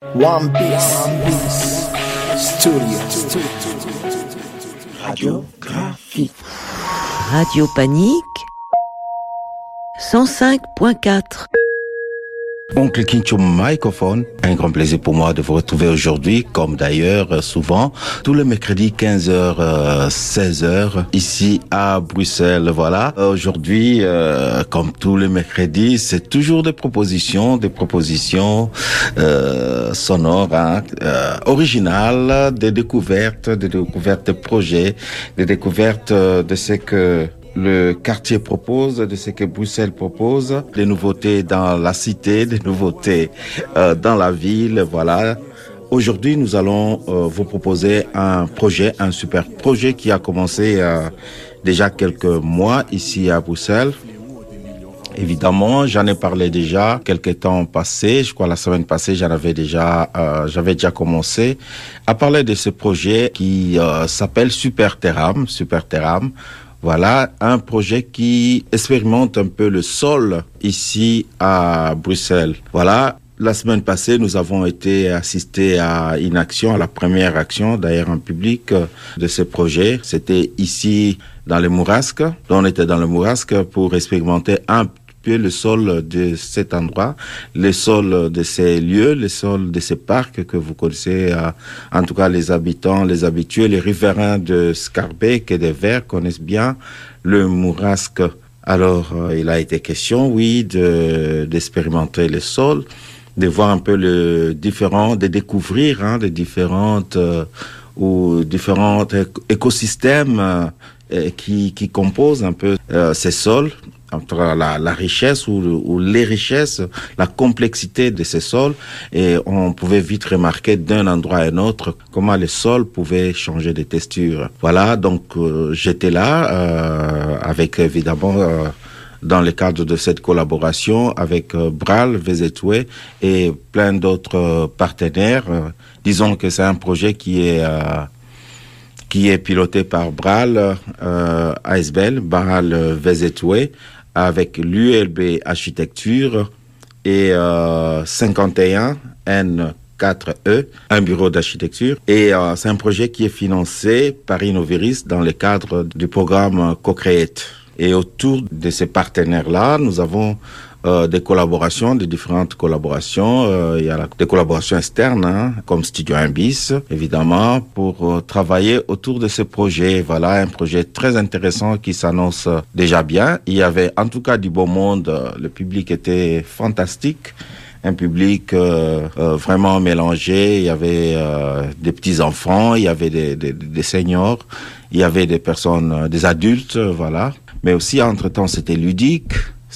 One Piece Studio. Radiographie. Radio Panique 105.4. Oncle Kincho Microphone, un grand plaisir pour moi de vous retrouver aujourd'hui, comme d'ailleurs souvent, tous les mercredis 15h, 16h, ici à Bruxelles. Voilà, aujourd'hui, comme tous les mercredis, c'est toujours des propositions sonores, originales, des découvertes de projets, des découvertes de ce que le quartier propose, de ce que Bruxelles propose, des nouveautés dans la cité, des nouveautés dans la ville, voilà. Aujourd'hui, nous allons vous proposer un super projet qui a commencé déjà quelques mois ici à Bruxelles. Évidemment, j'en ai parlé déjà quelques temps passés. Je crois la semaine passée, j'avais déjà commencé à parler de ce projet qui s'appelle Super Terram. Voilà, un projet qui expérimente un peu le sol ici à Bruxelles. Voilà, la semaine passée, nous avons été assistés à une action, à la première action d'ailleurs en public de ce projet. C'était ici dans les Mourasques. On était dans le Mourasque pour expérimenter un peu le sol de cet endroit, le sol de ces lieux, le sol de ces parcs que vous connaissez, en tout cas les habitants, les habitués, les riverains de Scarbeck et des Verts connaissent bien le Mourasque. Alors, il a été question, oui, d'expérimenter le sol, de voir un peu de découvrir les différentes écosystèmes qui composent un peu ces sols. Entre la richesse ou les richesses, la complexité de ces sols, et on pouvait vite remarquer d'un endroit à un autre comment les sols pouvaient changer de texture. Voilà, donc j'étais là avec évidemment dans le cadre de cette collaboration avec Bral, VZW et plein d'autres partenaires. Disons que c'est un projet qui est piloté par Bral, ASBL, Bral VZW, avec l'ULB Architecture et 51 N4E, un bureau d'architecture. Et c'est un projet qui est financé par Innoviris dans le cadre du programme Co-Create. Et autour de ces partenaires-là, nous avons des différentes collaborations. Il y a des collaborations externes, comme Studio 1 bis, évidemment, pour travailler autour de ce projet. Voilà, un projet très intéressant qui s'annonce déjà bien. Il y avait en tout cas du beau monde. Le public était fantastique. Un public vraiment mélangé. Il y avait des petits-enfants, il y avait des seniors, il y avait des personnes, des adultes, voilà. Mais aussi, entre-temps, c'était ludique,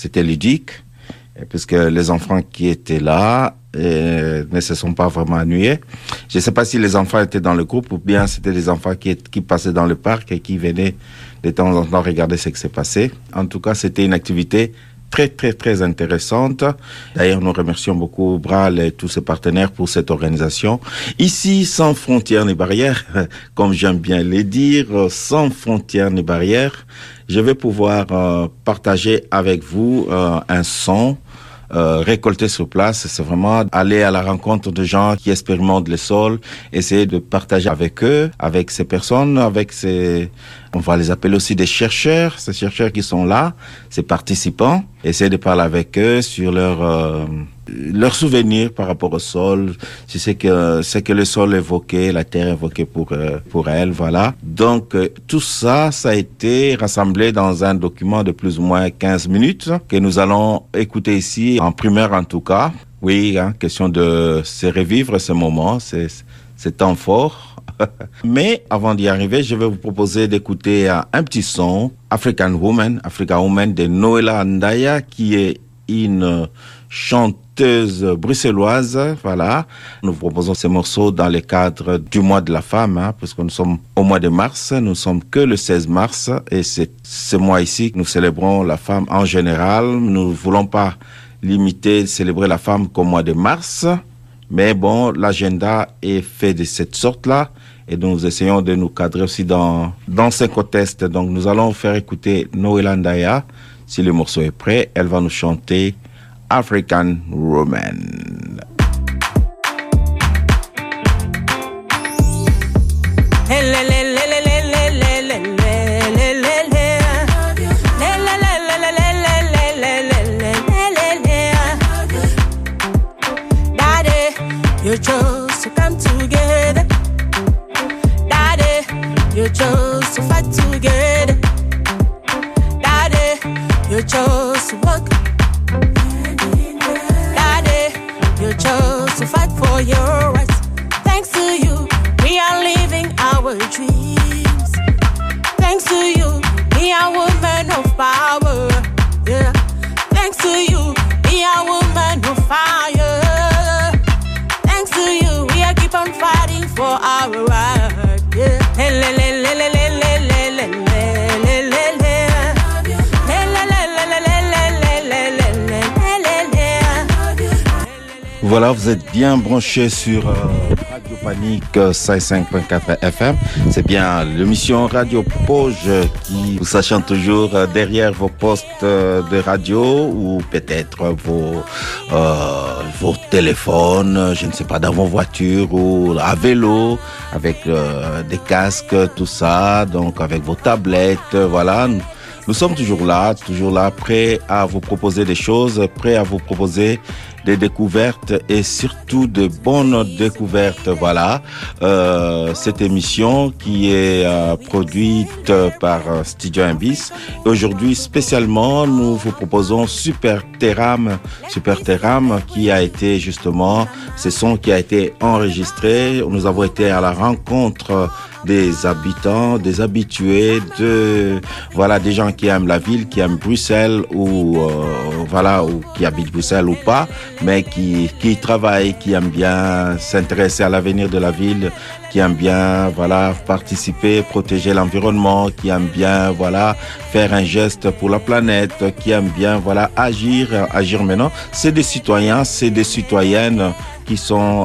puisque les enfants qui étaient là ne se sont pas vraiment ennuyés. Je ne sais pas si les enfants étaient dans le groupe ou bien c'était des enfants qui passaient dans le parc et qui venaient de temps en temps regarder ce qui s'est passé. En tout cas, c'était une activité très, très, très intéressante. D'ailleurs, nous remercions beaucoup Bral et tous ses partenaires pour cette organisation. Ici, sans frontières ni barrières, comme j'aime bien le dire, sans frontières ni barrières, je vais pouvoir partager avec vous un son récolté sur place. C'est vraiment aller à la rencontre de gens qui expérimentent le sol, essayer de partager avec eux, avec ces personnes, on va les appeler aussi des chercheurs, ces chercheurs qui sont là, ces participants, essayer de parler avec eux sur leurs souvenirs par rapport au sol, c'est que le sol évoquait, la terre évoquait pour elle, voilà. Donc, tout ça a été rassemblé dans un document de plus ou moins 15 minutes que nous allons écouter ici, en primeur en tout cas. Oui, question de se revivre ce moment, c'est temps fort. Mais avant d'y arriver, je vais vous proposer d'écouter un petit son, African Woman de Noella Ndaya, qui est une chanteuse bruxelloise, voilà. Nous proposons ces morceaux dans le cadre du mois de la femme, parce que nous sommes au mois de mars, nous sommes que le 16 mars, et c'est ce mois ici que nous célébrons la femme en général. Nous ne voulons pas célébrer la femme qu'au mois de mars, mais bon, l'agenda est fait de cette sorte-là, et nous essayons de nous cadrer aussi dans ce contexte. Donc nous allons faire écouter Noella Ndaya. Si le morceau est prêt, elle va nous chanter African Woman. you chose to come together. Daddy, you chose to fight together. Daddy, you chose to work. Daddy, you chose to fight for your rights. Thanks to you, we are living our dreams. Thanks to you, we are women of power. Yeah. Thanks to you, we are women of fire. Thanks to you, we are keep on fighting for our right. Yeah. Voilà, vous êtes bien branchés sur Radio Panique 55.4 FM. C'est bien l'émission Radio Pause qui vous sachant toujours derrière vos postes de radio ou peut-être vos téléphones, je ne sais pas, dans vos voitures ou à vélo, avec des casques, tout ça, donc avec vos tablettes, voilà. Nous sommes toujours là, prêts à vous proposer des choses, prêts à vous proposer des découvertes et surtout de bonnes découvertes. Voilà, cette émission qui est produite par Studio Imbis. Aujourd'hui, spécialement, nous vous proposons Super Terram qui a été justement, ce son qui a été enregistré. Nous avons été à la rencontre des habitants, des habitués, des gens qui aiment la ville, qui aiment Bruxelles ou qui habitent Bruxelles ou pas, mais qui travaillent, qui aiment bien s'intéresser à l'avenir de la ville, qui aiment bien participer, protéger l'environnement, qui aiment bien faire un geste pour la planète, qui aiment bien agir maintenant. C'est des citoyens, c'est des citoyennes qui sont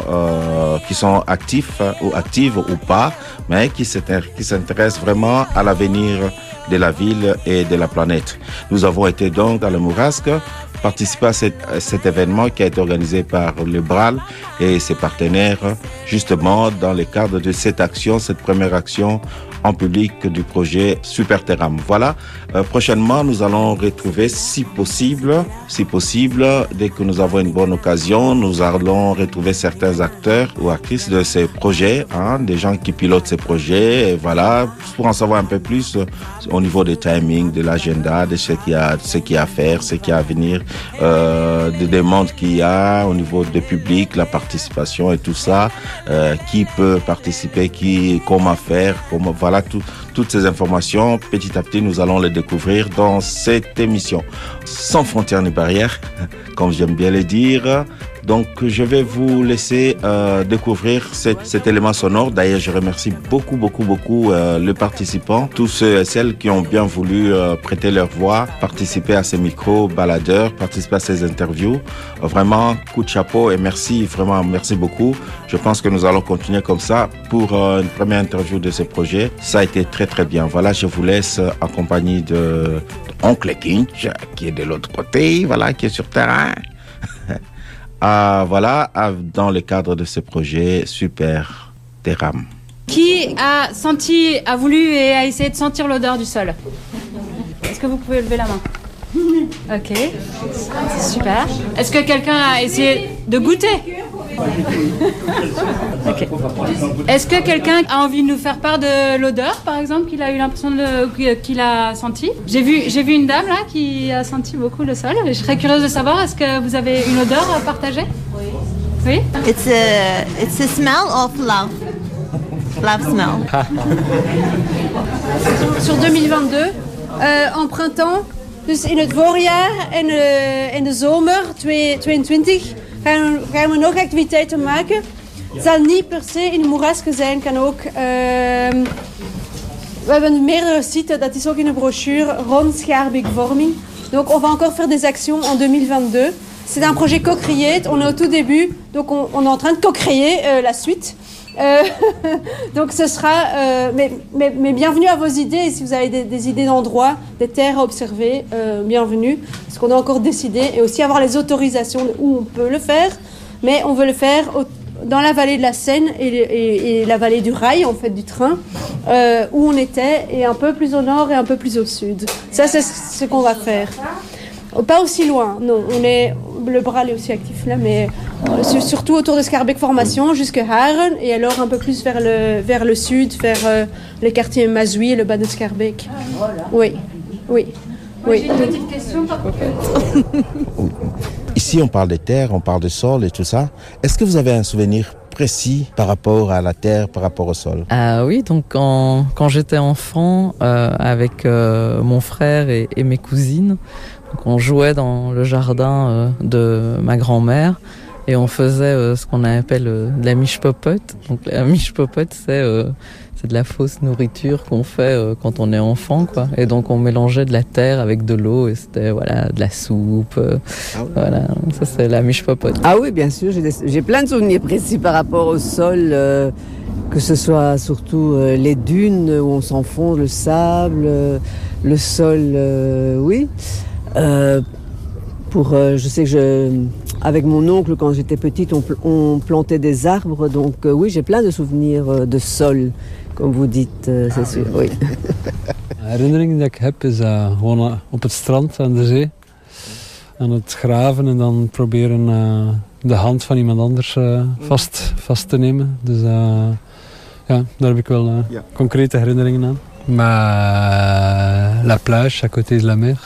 actifs ou actives ou pas, mais qui s'intéressent vraiment à l'avenir de la ville et de la planète. Nous avons été donc dans le Mourasque participer à cet événement qui a été organisé par le BRAL et ses partenaires, justement dans le cadre de cette première action en public du projet Super Terram. Voilà, prochainement nous allons retrouver, si possible, dès que nous avons une bonne occasion, nous allons retrouver certains acteurs ou actrices de ces projets, des gens qui pilotent ces projets, et pour en savoir un peu plus au niveau des timings, de l'agenda, de ce qu'il y a à faire, ce qu'il y a à venir, des demandes qu'il y a au niveau du public, la participation et tout ça, qui peut participer, comment faire, toutes ces informations, petit à petit, nous allons les découvrir dans cette émission. Sans frontières ni barrières, comme j'aime bien le dire. Donc, je vais vous laisser découvrir cet élément sonore. D'ailleurs, je remercie beaucoup les participants, tous ceux et celles qui ont bien voulu prêter leur voix, participer à ces micro-baladeurs, participer à ces interviews. Vraiment, coup de chapeau et merci beaucoup. Je pense que nous allons continuer comme ça pour une première interview de ce projet. Ça a été très très bien. Voilà, je vous laisse en compagnie de Oncle Kinch, qui est de l'autre côté, qui est sur terrain. Dans le cadre de ce projet Super Terram. Qui a voulu et a essayé de sentir l'odeur du sol? Est-ce que vous pouvez lever la main? Ok, super. Est-ce que quelqu'un a essayé de goûter? Okay. Est-ce que quelqu'un a envie de nous faire part de l'odeur, par exemple, qu'il a eu l'impression qu'il a senti? J'ai vu une dame là qui a senti beaucoup le sol. Je serais curieuse de savoir, est-ce que vous avez une odeur à partager? Oui. It's a smell of love. Love smell. Sur 2022, en printemps, dus in het voorjaar en in de zomer 2022 gaan we nog activiteiten maken. Het zal niet per se in de Moerasken zijn, kan ook... we hebben meerdere sites, dat is ook in de brochure, rond Schaarbeek-Vorming. Donc on va encore faire des actions en 2022. C'est un projet co-create, on est au tout début, donc on est en train de co-créer la suite. Donc ce sera... mais bienvenue à vos idées, et si vous avez des idées d'endroits, des terres à observer, bienvenue, parce qu'on a encore décidé, et aussi avoir les autorisations où on peut le faire, mais on veut le faire dans la vallée de la Seine et la vallée du rail, en fait, du train, où on était, et un peu plus au nord et un peu plus au sud. Ça, c'est ce qu'on va faire. Pas aussi loin, non. Le bras est aussi actif là, mais Surtout autour de Schaerbeek Formation jusqu'à Haren et alors un peu plus vers le sud, vers les quartiers Mazouy et le bas de Schaerbeek. Oui. J'ai une petite question par contre. Ici, on parle de terre, on parle de sol et tout ça. Est-ce que vous avez un souvenir précis par rapport à la terre, par rapport au sol? Ah oui, donc quand j'étais enfant, avec mon frère et mes cousines, donc on jouait dans le jardin de ma grand-mère et on faisait ce qu'on appelle de la miche-popote. Donc la miche-popote, c'est de la fausse nourriture qu'on fait quand on est enfant, quoi. Et donc on mélangeait de la terre avec de l'eau et c'était de la soupe. Voilà, ça c'est la miche-popote. Ah oui, bien sûr, j'ai plein de souvenirs précis par rapport au sol, que ce soit surtout les dunes où on s'enfonce, le sable, le sol, oui. Je sais que avec mon oncle, quand j'étais petite, on plantait des arbres. Donc oui, j'ai plein de souvenirs de sol, comme vous dites, c'est sûr. Oui. De herinnering die ik heb is gewoon op het strand aan de zee. Aan het graven en dan proberen de hand van iemand anders vast te nemen. Dus daar heb ik wel concrete herinneringen aan. Maar la plage à côté de la mer.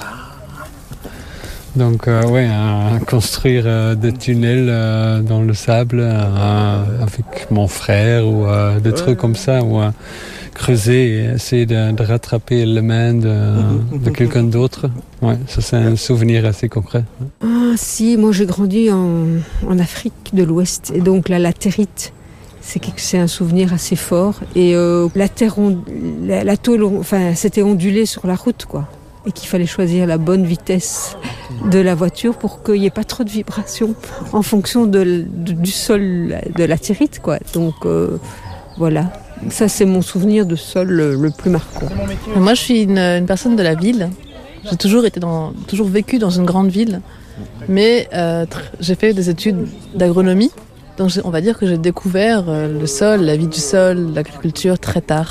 Donc construire des tunnels dans le sable avec mon frère ou des trucs comme ça, ou creuser et essayer de rattraper les mains de quelqu'un d'autre. Ouais, ça c'est un souvenir assez concret. Ah si, moi j'ai grandi en Afrique de l'Ouest et donc la latérite. C'est un souvenir assez fort et la terre, la tôle, c'était ondulé sur la route, quoi. Et qu'il fallait choisir la bonne vitesse de la voiture pour qu'il n'y ait pas trop de vibrations en fonction du sol de la latérite, quoi. Donc voilà, ça c'est mon souvenir de sol le plus marquant. Moi je suis une personne de la ville. J'ai toujours vécu dans une grande ville, mais j'ai fait des études d'agronomie. Donc on va dire que j'ai découvert le sol, la vie du sol, l'agriculture très tard.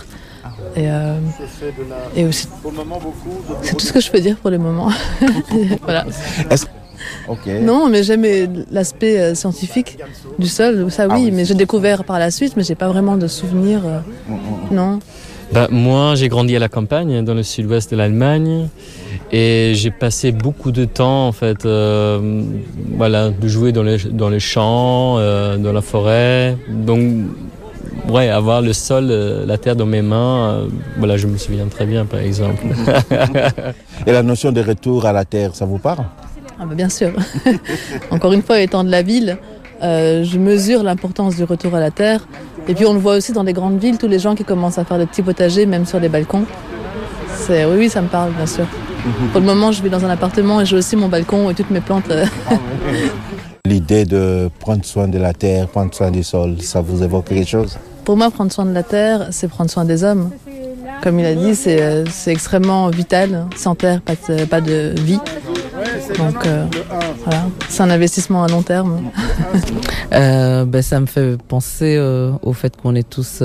Et aussi, c'est tout ce que je peux dire pour le moment. Voilà. Okay. Non, mais j'aime l'aspect scientifique du sol, ça oui, mais j'ai découvert par la suite, mais j'ai pas vraiment de souvenirs. Non. Moi, j'ai grandi à la campagne, dans le sud-ouest de l'Allemagne, et j'ai passé beaucoup de temps, en fait, de jouer dans les champs, dans la forêt. Donc, avoir le sol, la terre dans mes mains, je me souviens très bien, par exemple. Et la notion de retour à la terre, ça vous parle? Bien sûr. Encore une fois, étant de la ville, je mesure l'importance du retour à la terre. Et puis on le voit aussi dans les grandes villes, tous les gens qui commencent à faire des petits potagers, même sur les balcons. Oui, ça me parle, bien sûr. Pour le moment, je vis dans un appartement et j'ai aussi mon balcon et toutes mes plantes. L'idée de prendre soin de la terre, prendre soin du sol, ça vous évoque quelque chose? Pour moi, prendre soin de la terre, c'est prendre soin des hommes. Comme il a dit, c'est extrêmement vital. Sans terre, pas de vie. Donc voilà, c'est un investissement à long terme. Ça me fait penser au fait qu'on est tous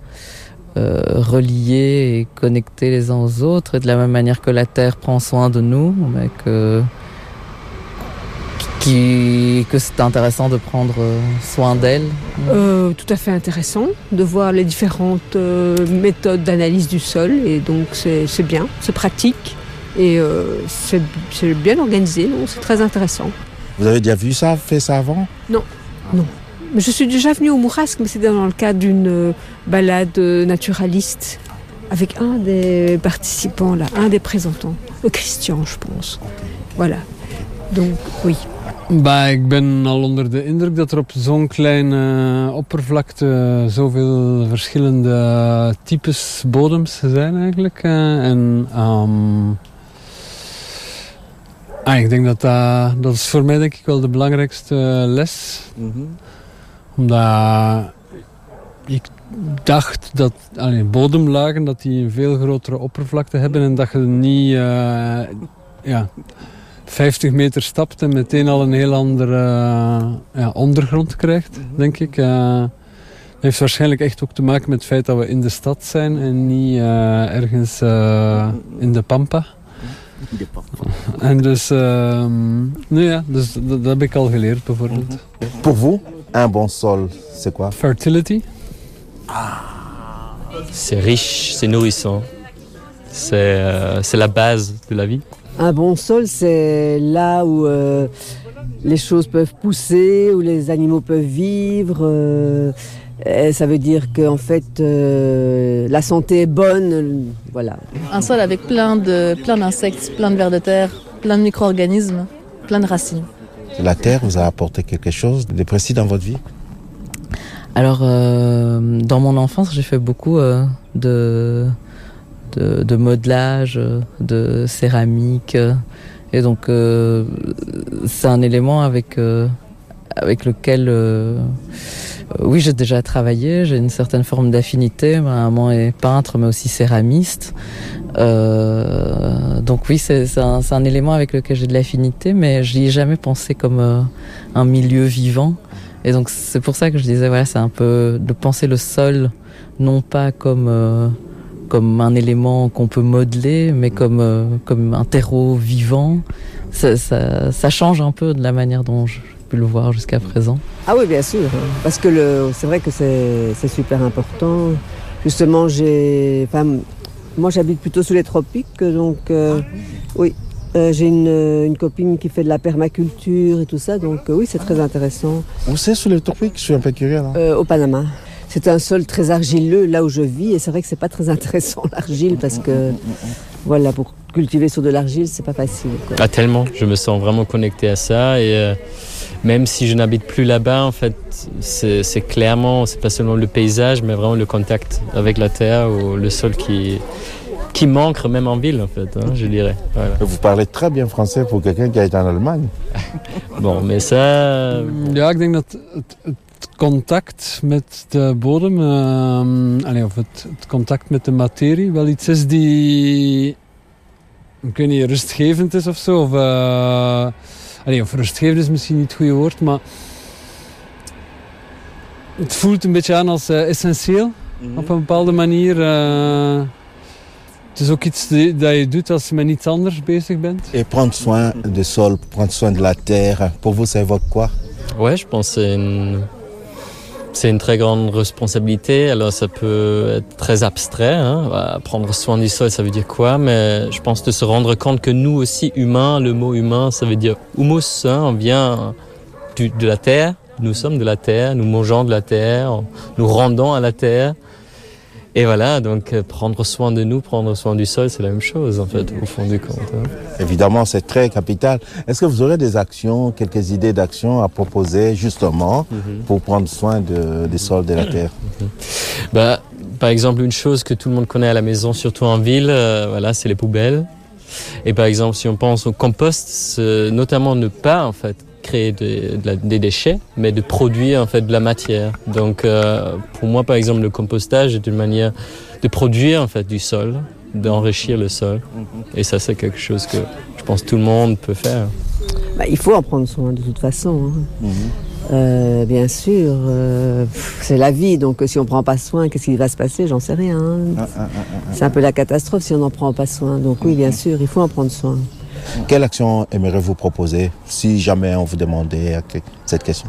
reliés et connectés les uns aux autres, et de la même manière que la terre prend soin de nous, mais que c'est intéressant de prendre soin d'elle. Tout à fait intéressant de voir les différentes méthodes d'analyse du sol, et donc c'est bien, c'est pratique et c'est bien organisé, donc c'est très intéressant. Vous avez déjà vu ça, fait ça avant? Non. Mais je suis déjà venue au Mourasque, mais c'était dans le cadre d'une balade naturaliste avec un des participants là, un des présentants, Christian, je pense. Voilà. Donc oui. Ik ben al onder de indruk dat er op zo'n kleine oppervlakte zoveel verschillende types bodems zijn eigenlijk. Ik denk dat is voor mij denk ik wel de belangrijkste les. Omdat ik dacht dat bodemlagen dat die een veel grotere oppervlakte hebben en dat je niet 50 meter stapt en meteen al een heel andere ondergrond krijgt, denk ik. Dat heeft waarschijnlijk echt ook te maken met het feit dat we in de stad zijn en niet ergens in de Pampa. En dus, dus dat heb ik al geleerd bijvoorbeeld. Pour vous, un bon sol, c'est quoi? Fertility. C'est riche, c'est nourrissant. C'est la base de la vie. Un bon sol, c'est là où les choses peuvent pousser, où les animaux peuvent vivre. Et ça veut dire qu'en fait, la santé est bonne. Voilà. Un sol avec plein d'insectes, plein de vers de terre, plein de micro-organismes, plein de racines. La terre vous a apporté quelque chose de précis dans votre vie? Alors, dans mon enfance, j'ai fait beaucoup de modelage, de céramique. Et donc, c'est un élément avec lequel, oui, j'ai déjà travaillé. J'ai une certaine forme d'affinité. Ma maman est peintre, mais aussi céramiste. Donc oui, c'est un élément avec lequel j'ai de l'affinité, mais je n'y ai jamais pensé comme un milieu vivant. Et donc, c'est pour ça que je disais, voilà, c'est un peu de penser le sol, non pas comme un élément qu'on peut modeler, mais comme un terreau vivant. Ça change un peu de la manière dont j'ai pu le voir jusqu'à présent. Ah oui, bien sûr, parce que c'est vrai que c'est super important. Justement, moi j'habite plutôt sous les tropiques, donc oui. J'ai une copine qui fait de la permaculture et tout ça, donc oui, c'est très intéressant. Où c'est sous les tropiques? Je suis un peu curieux là. Au Panama. C'est un sol très argileux, là où je vis, et c'est vrai que c'est pas très intéressant l'argile, parce que voilà, pour cultiver sur de l'argile, c'est pas facile, quoi. Ah, tellement, je me sens vraiment connecté à ça, et même si je n'habite plus là-bas, en fait, c'est clairement, c'est pas seulement le paysage, mais vraiment le contact avec la terre ou le sol qui manque même en ville, en fait, je dirais. Voilà. Vous parlez très bien français pour quelqu'un qui est en Allemagne. Bon, mais ça... Ja, ik denk dat het contact met de bodem, of het contact met de materie, wel iets is die, ik weet niet, rustgevend is of zo. Of rustgevend is misschien niet het goede woord, maar het voelt een beetje aan als essentieel, op een bepaalde manier. Het is ook iets dat je doet als je met iets anders bezig bent. Et prendre soin du sol, prendre soin de la terre, pour vous ça évoque quoi? Ouais, je pense que c'est une très grande responsabilité. Alors ça peut être très abstrait, prendre soin du sol, ça veut dire quoi? Mais je pense de se rendre compte que nous aussi, humains, le mot humain, ça veut dire humus, on vient de la terre, nous sommes de la terre, nous mangeons de la terre, nous rendons à la terre. Et voilà, donc prendre soin de nous, prendre soin du sol, c'est la même chose en fait, au fond du compte. Évidemment, c'est très capital. Est-ce que vous aurez des actions, quelques idées d'actions à proposer justement pour prendre soin des sols de la terre? Par exemple, une chose que tout le monde connaît à la maison, surtout en ville, voilà, c'est les poubelles. Et par exemple, si on pense au compost, c'est notamment ne pas en fait créer des déchets, mais de produire en fait de la matière. Donc pour moi par exemple le compostage est une manière de produire en fait du sol, d'enrichir le sol. Et ça c'est quelque chose que je pense tout le monde peut faire. Il faut en prendre soin de toute façon. Bien sûr, c'est la vie, donc si on ne prend pas soin, qu'est-ce qui va se passer? J'en sais rien. C'est un peu la catastrophe si on n'en prend pas soin. Donc oui, bien sûr, il faut en prendre soin. Quelle action aimeriez-vous proposer si jamais on vous demandait cette question?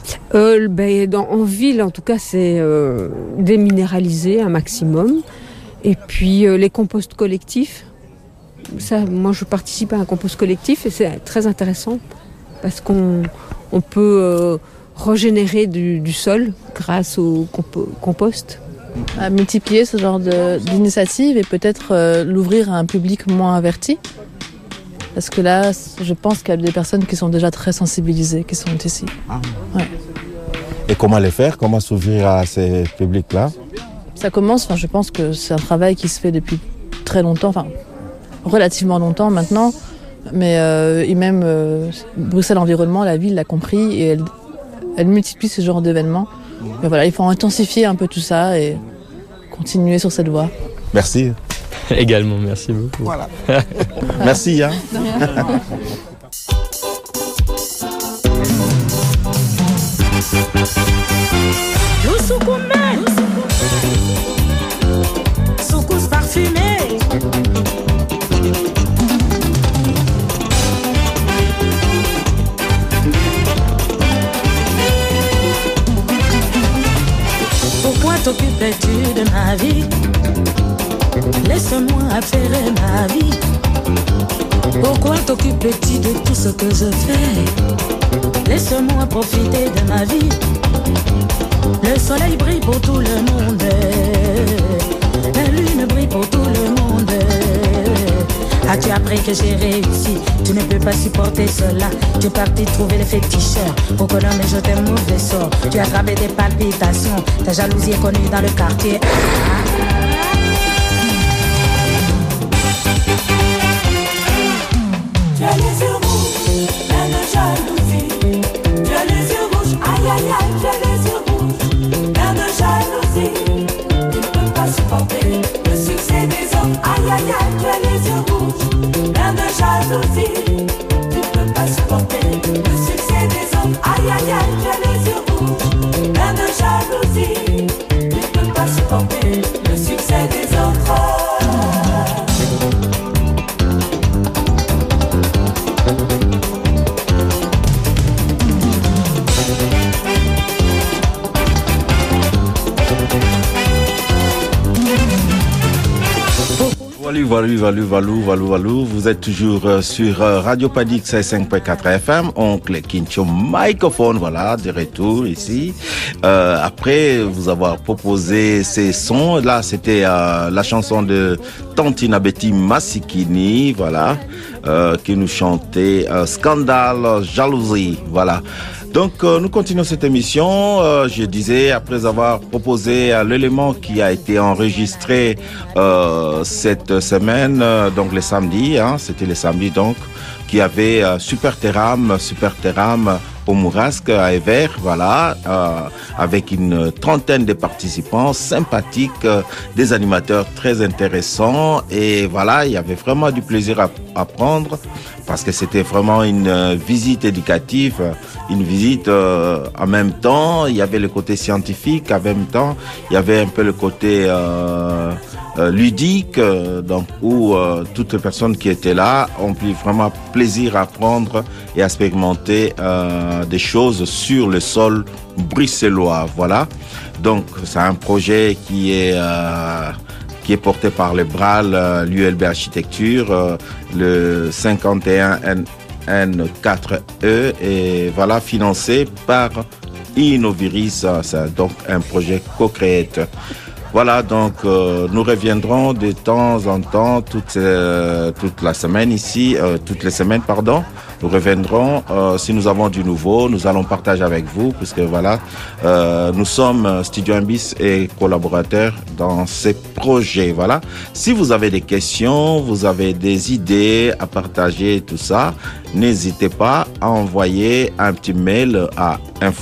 En ville, en tout cas, c'est déminéraliser un maximum. Et puis les composts collectifs. Ça, moi, je participe à un compost collectif et c'est très intéressant parce qu'on peut régénérer du sol grâce au compost. À multiplier ce genre d'initiative et peut-être l'ouvrir à un public moins averti. Parce que là, je pense qu'il y a des personnes qui sont déjà très sensibilisées, qui sont ici. Ouais. Et comment les faire? Comment s'ouvrir à ces publics-là? Ça commence, je pense que c'est un travail qui se fait depuis très longtemps, relativement longtemps maintenant. Mais et même Bruxelles Environnement, la ville l'a compris et elle multiplie ce genre d'événements. Mais voilà, il faut intensifier un peu tout ça et continuer sur cette voie. Merci. Également, merci beaucoup. Voilà. Merci. Soukous parfumé. t'occupes-tu de ma vie? Laisse-moi affairer ma vie. Pourquoi t'occupes-tu de tout ce que je fais? Laisse-moi profiter de ma vie. Le soleil brille pour tout le monde. La lune brille pour tout le monde. As-tu appris que j'ai réussi? Tu ne peux pas supporter cela. Tu es parti trouver le féticheur pour que l'homme jette un mauvais sort. Tu as attrapé des palpitations. Ta jalousie est connue dans le quartier. Tu as les yeux rouges, plein de jalousie. Tu as les yeux rouges, aïe aïe aïe, tu as les yeux rouges, plein de jalousie. Tu ne peux pas supporter le succès des hommes, aïe aïe aïe, tu as les yeux rouges, plein de jalousie. Tu ne peux pas supporter le succès des hommes, aïe aïe aïe, tu as les yeux rouges, plein de jalousie. Tu ne peux pas supporter le succès des autres. Valou. Vous êtes toujours sur Radio Panique 5.4 FM. Oncle Kincho microphone, voilà, de retour ici. Après vous avoir proposé ces sons, là c'était la chanson de Tantina Betty Massikini, voilà, qui nous chantait Scandale, Jalousie, voilà. Donc nous continuons cette émission. Je disais, après avoir proposé l'élément qui a été enregistré cette semaine, donc les samedis, c'était les samedis donc, qui avait Super Terram au Mourasque à Evere, voilà, avec une trentaine de participants sympathiques, des animateurs très intéressants, et voilà, il y avait vraiment du plaisir à prendre, parce que c'était vraiment une visite éducative, une visite en même temps, il y avait le côté scientifique, en même temps, il y avait un peu le côté ludique, donc où toutes les personnes qui étaient là ont pris vraiment plaisir à apprendre et à expérimenter des choses sur le sol bruxellois, voilà. Donc c'est un projet qui est porté par le BRAL, l'ULB Architecture, le 51N4E, et voilà, financé par Innoviris, c'est donc un projet co-create. Voilà, donc nous reviendrons de temps en temps, toute la semaine ici, toutes les semaines, pardon. Nous reviendrons si nous avons du nouveau, nous allons partager avec vous, puisque voilà, nous sommes Studio Imbis et collaborateurs dans ces projets. Voilà. Si vous avez des questions, vous avez des idées à partager, tout ça, n'hésitez pas à envoyer un petit mail à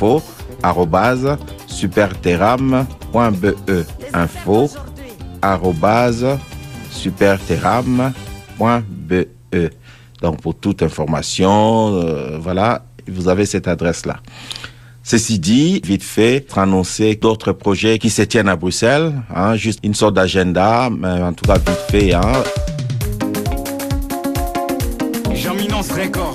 info@superterram.be. info@superterram.be. Donc pour toute information, voilà, vous avez cette adresse-là. Ceci dit, vite fait, annoncer d'autres projets qui se tiennent à Bruxelles, juste une sorte d'agenda, mais en tout cas vite fait. Jean-Minence Record.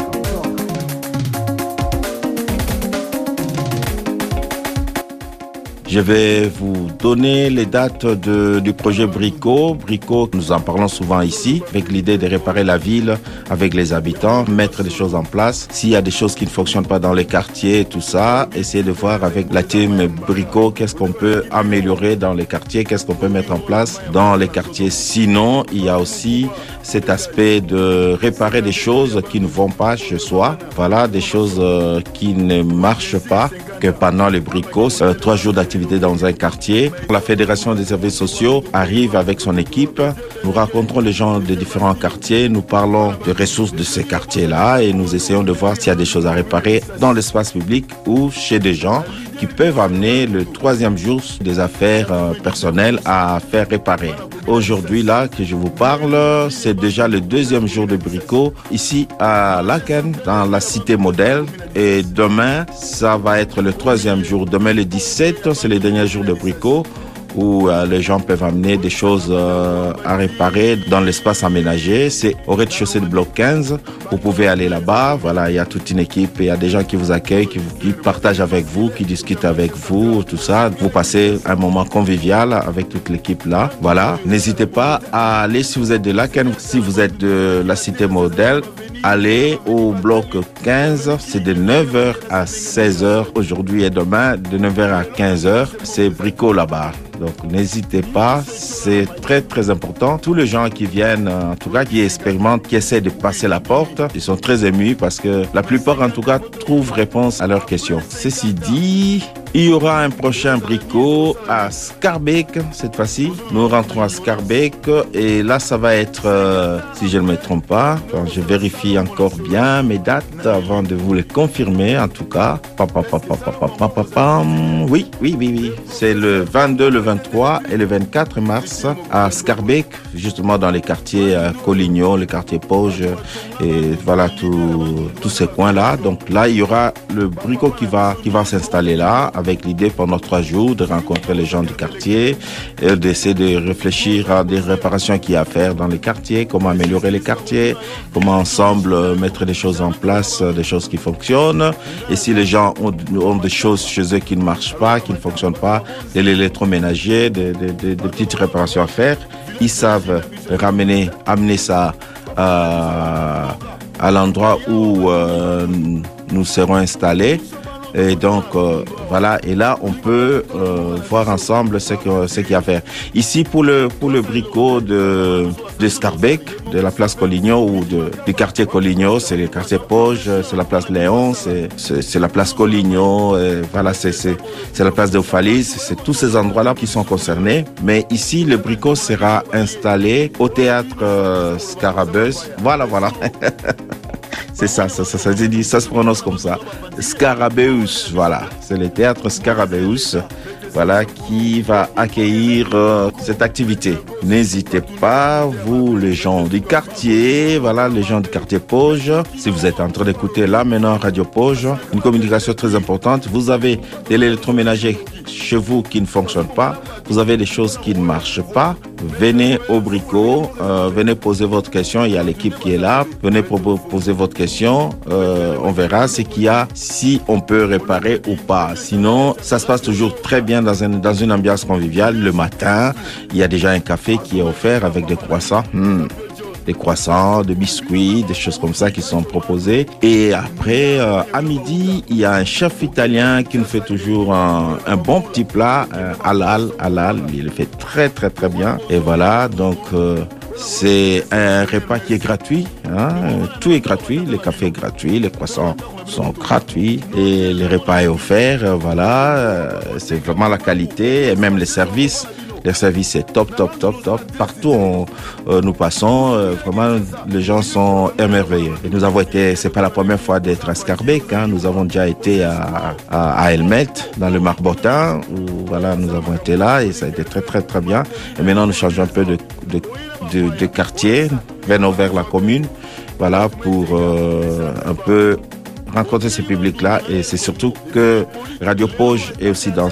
Je vais vous donner les dates du projet Brico. Brico, nous en parlons souvent ici, avec l'idée de réparer la ville avec les habitants, mettre des choses en place. S'il y a des choses qui ne fonctionnent pas dans les quartiers, tout ça, essayer de voir avec la team Brico qu'est-ce qu'on peut améliorer dans les quartiers, qu'est-ce qu'on peut mettre en place dans les quartiers. Sinon, il y a aussi cet aspect de réparer des choses qui ne vont pas chez soi. Voilà, des choses qui ne marchent pas, que pendant les Bricos, 3 jours d'activité dans un quartier. La Fédération des services sociaux arrive avec son équipe. Nous rencontrons les gens des différents quartiers, nous parlons des ressources de ces quartiers-là et nous essayons de voir s'il y a des choses à réparer dans l'espace public ou chez des gens qui peuvent amener le 3e jour des affaires personnelles à faire réparer. Aujourd'hui, là, que je vous parle, c'est déjà le 2e jour de Brico ici à Laken, dans la cité modèle. Et demain, ça va être le 3e jour. Demain, le 17, c'est le dernier jour de Brico. où les gens peuvent amener des choses à réparer dans l'espace aménagé. C'est au rez-de-chaussée du bloc 15. Vous pouvez aller là-bas. Voilà, il y a toute une équipe. Il y a des gens qui vous accueillent, qui partagent avec vous, qui discutent avec vous, tout ça. Vous passez un moment convivial avec toute l'équipe là. Voilà. N'hésitez pas à aller, si vous êtes de Laken, si vous êtes de la cité modèle, allez au bloc 15. C'est de 9h à 16h aujourd'hui et demain, de 9h à 15h. C'est Brico là-bas. Donc n'hésitez pas, c'est très très important. Tous les gens qui viennent, en tout cas qui expérimentent, qui essaient de passer la porte, ils sont très émus parce que la plupart en tout cas trouvent réponse à leurs questions. Ceci dit, il y aura un prochain Brico à Schaerbeek cette fois-ci. Nous rentrons à Schaerbeek et là ça va être, si je ne me trompe pas, je vérifie encore bien mes dates avant de vous les confirmer en tout cas. Oui, c'est le 22, le 23 et le 24 mars à Schaerbeek, justement dans les quartiers Collignon, le quartier Pauge et voilà tous ces coins-là. Donc là, il y aura le Brico qui va s'installer là avec l'idée pendant 3 jours de rencontrer les gens du quartier et d'essayer de réfléchir à des réparations qu'il y a à faire dans les quartiers, comment améliorer les quartiers, comment ensemble mettre des choses en place, des choses qui fonctionnent. Et si les gens ont des choses chez eux qui ne marchent pas, qui ne fonctionnent pas, de l'électroménager, des petites réparations à faire, ils savent amener ça à l'endroit où nous serons installés. Et donc voilà, et là on peut voir ensemble ce qu'il y a à faire. Ici pour le Brico de Schaerbeek, de la place Collignon ou du quartier Collignon, c'est le quartier Pauge, c'est la place Léon, c'est la place Collignon, voilà, c'est la place d'Ophalie, c'est tous ces endroits-là qui sont concernés. Mais ici le Brico sera installé au théâtre Scarabeus. Voilà. C'est ça se prononce comme ça. Scarabeus, voilà. C'est le théâtre Scarabeus, voilà, qui va accueillir cette activité. N'hésitez pas, vous, les gens du quartier, voilà, les gens du quartier Pauge, si vous êtes en train d'écouter là maintenant Radio Pauge, une communication très importante. Vous avez de l'électroménager chez vous qui ne fonctionne pas, vous avez des choses qui ne marchent pas, venez au Brico, venez poser votre question, il y a l'équipe qui est là, venez poser votre question, on verra ce qu'il y a, si on peut réparer ou pas. Sinon, ça se passe toujours très bien dans une ambiance conviviale. Le matin, il y a déjà un café qui est offert avec des croissants. Des croissants, des biscuits, des choses comme ça qui sont proposées. Et après, à midi, il y a un chef italien qui nous fait toujours un bon petit plat, halal. Il le fait très très très bien. Et voilà, donc c'est un repas qui est gratuit. Tout est gratuit, le café est gratuit, les croissants sont gratuits et le repas est offert. Voilà, c'est vraiment la qualité et même les services. Le service est top. Partout où nous passons, vraiment, les gens sont émerveillés. Et nous avons été, c'est pas la première fois d'être à Schaerbeek, nous avons déjà été à Elmet, dans le Marbotin, où voilà, nous avons été là et ça a été très très très bien. Et maintenant, nous changeons un peu de quartier, venons vers la commune, voilà, pour un peu rencontrer ce public-là. Et c'est surtout que Radio Pauge est aussi dans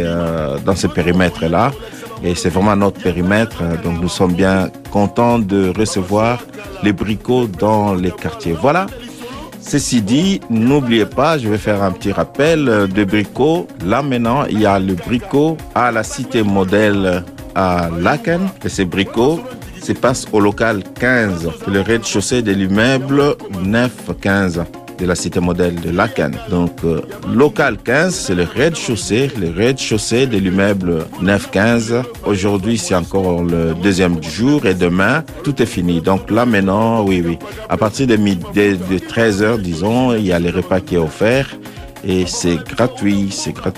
ces périmètres-là. Et c'est vraiment notre périmètre, donc nous sommes bien contents de recevoir les bricots dans les quartiers. Voilà. Ceci dit, n'oubliez pas, je vais faire un petit rappel de bricots. Là maintenant, il y a le bricot à la cité modèle à Laken. Et ces bricots se passent au local 15, le rez-de-chaussée de l'immeuble 9-15. De la cité modèle de Laken. Donc, local 15, c'est le rez-de-chaussée de l'immeuble 9-15. Aujourd'hui, c'est encore le deuxième jour et demain, tout est fini. Donc là, maintenant, oui. À partir de 13h, disons, il y a les repas qui est offert et c'est gratuit.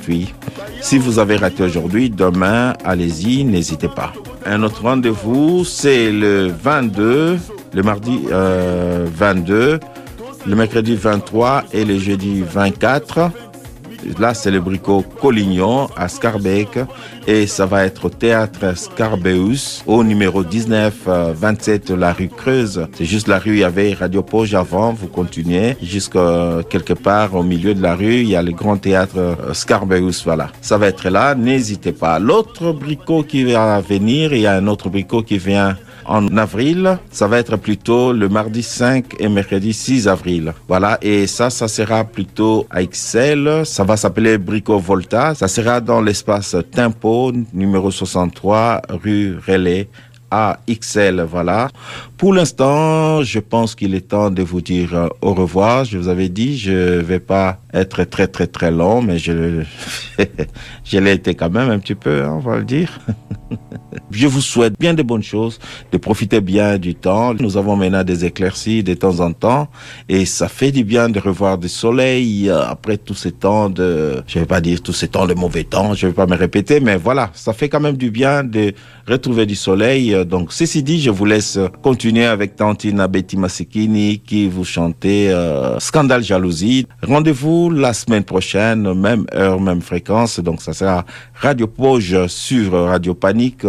Si vous avez raté aujourd'hui, demain, allez-y, n'hésitez pas. Un autre rendez-vous, c'est le 22, le mardi 22, le mercredi 23 et le jeudi 24 Là, c'est le Bricot Collignon à Scarbeck et ça va être au théâtre Scarbeus au numéro 1927 la rue Creuse. C'est juste la rue, il y avait Radio Poge avant, vous continuez jusqu'à quelque part au milieu de la rue, il y a le grand théâtre Scarbeus, voilà. Ça va être là, n'hésitez pas. L'autre Bricot qui va venir, il y a un autre Bricot qui vient en avril, ça va être plutôt le mardi 5 et mercredi 6 avril. Voilà, et ça sera plutôt à XL, ça va s'appeler Bricot Volta, ça sera dans l'espace Tempo, numéro 63, rue Relais, à XL, voilà. Pour l'instant, je pense qu'il est temps de vous dire au revoir. Je vous avais dit, je vais pas être très long, mais je l'ai été quand même un petit peu, hein, on va le dire. Je vous souhaite bien de bonnes choses, de profiter bien du temps. Nous avons maintenant des éclaircies de temps en temps et ça fait du bien de revoir du soleil après tous ces temps de, je vais pas dire tous ces temps de mauvais temps, je vais pas me répéter, mais voilà, ça fait quand même du bien de retrouver du soleil. Donc, ceci dit, je vous laisse continuer avec Tantine Betty Masekini qui vous chantait Scandale Jalousie. Rendez-vous la semaine prochaine, même heure, même fréquence. Donc, ça sera Radio Poge sur Radio Panique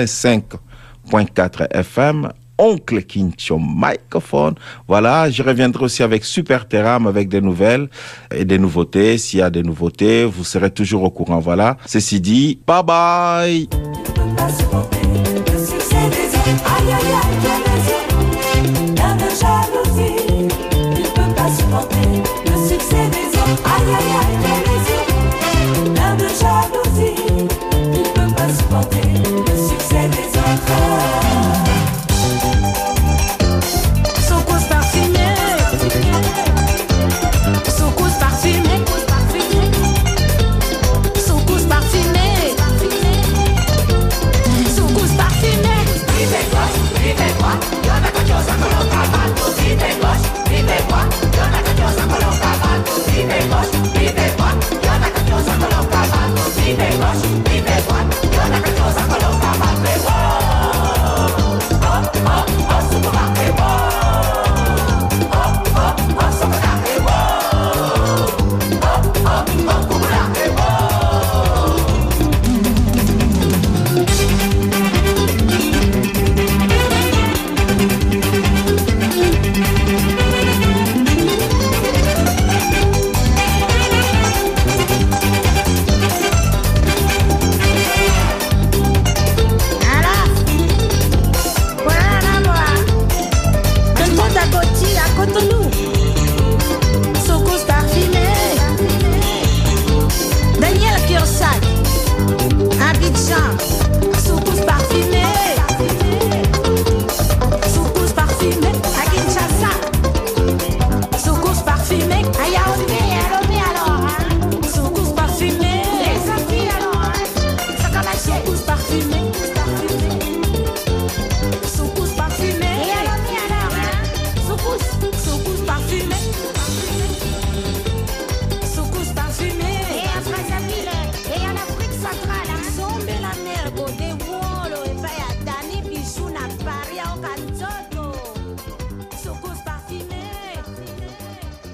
5.4 FM. Oncle Kincho microphone. Voilà, je reviendrai aussi avec Super Terram avec des nouvelles et des nouveautés. S'il y a des nouveautés, vous serez toujours au courant. Voilà. Ceci dit, bye bye. Aïe aïe aïe, quelle raison, plein de jalousie. Il peut pas supporter le succès des autres. Aïe aïe aïe, quelle raison, plein de jalousie. Il peut pas supporter le succès des autres. Secousse parfumée, secousse parfumée, secousse parfumée, secousse parfumée.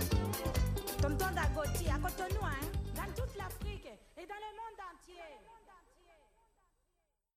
Tonton Dagoti à Cotonou, dans toute l'Afrique et dans le monde entier.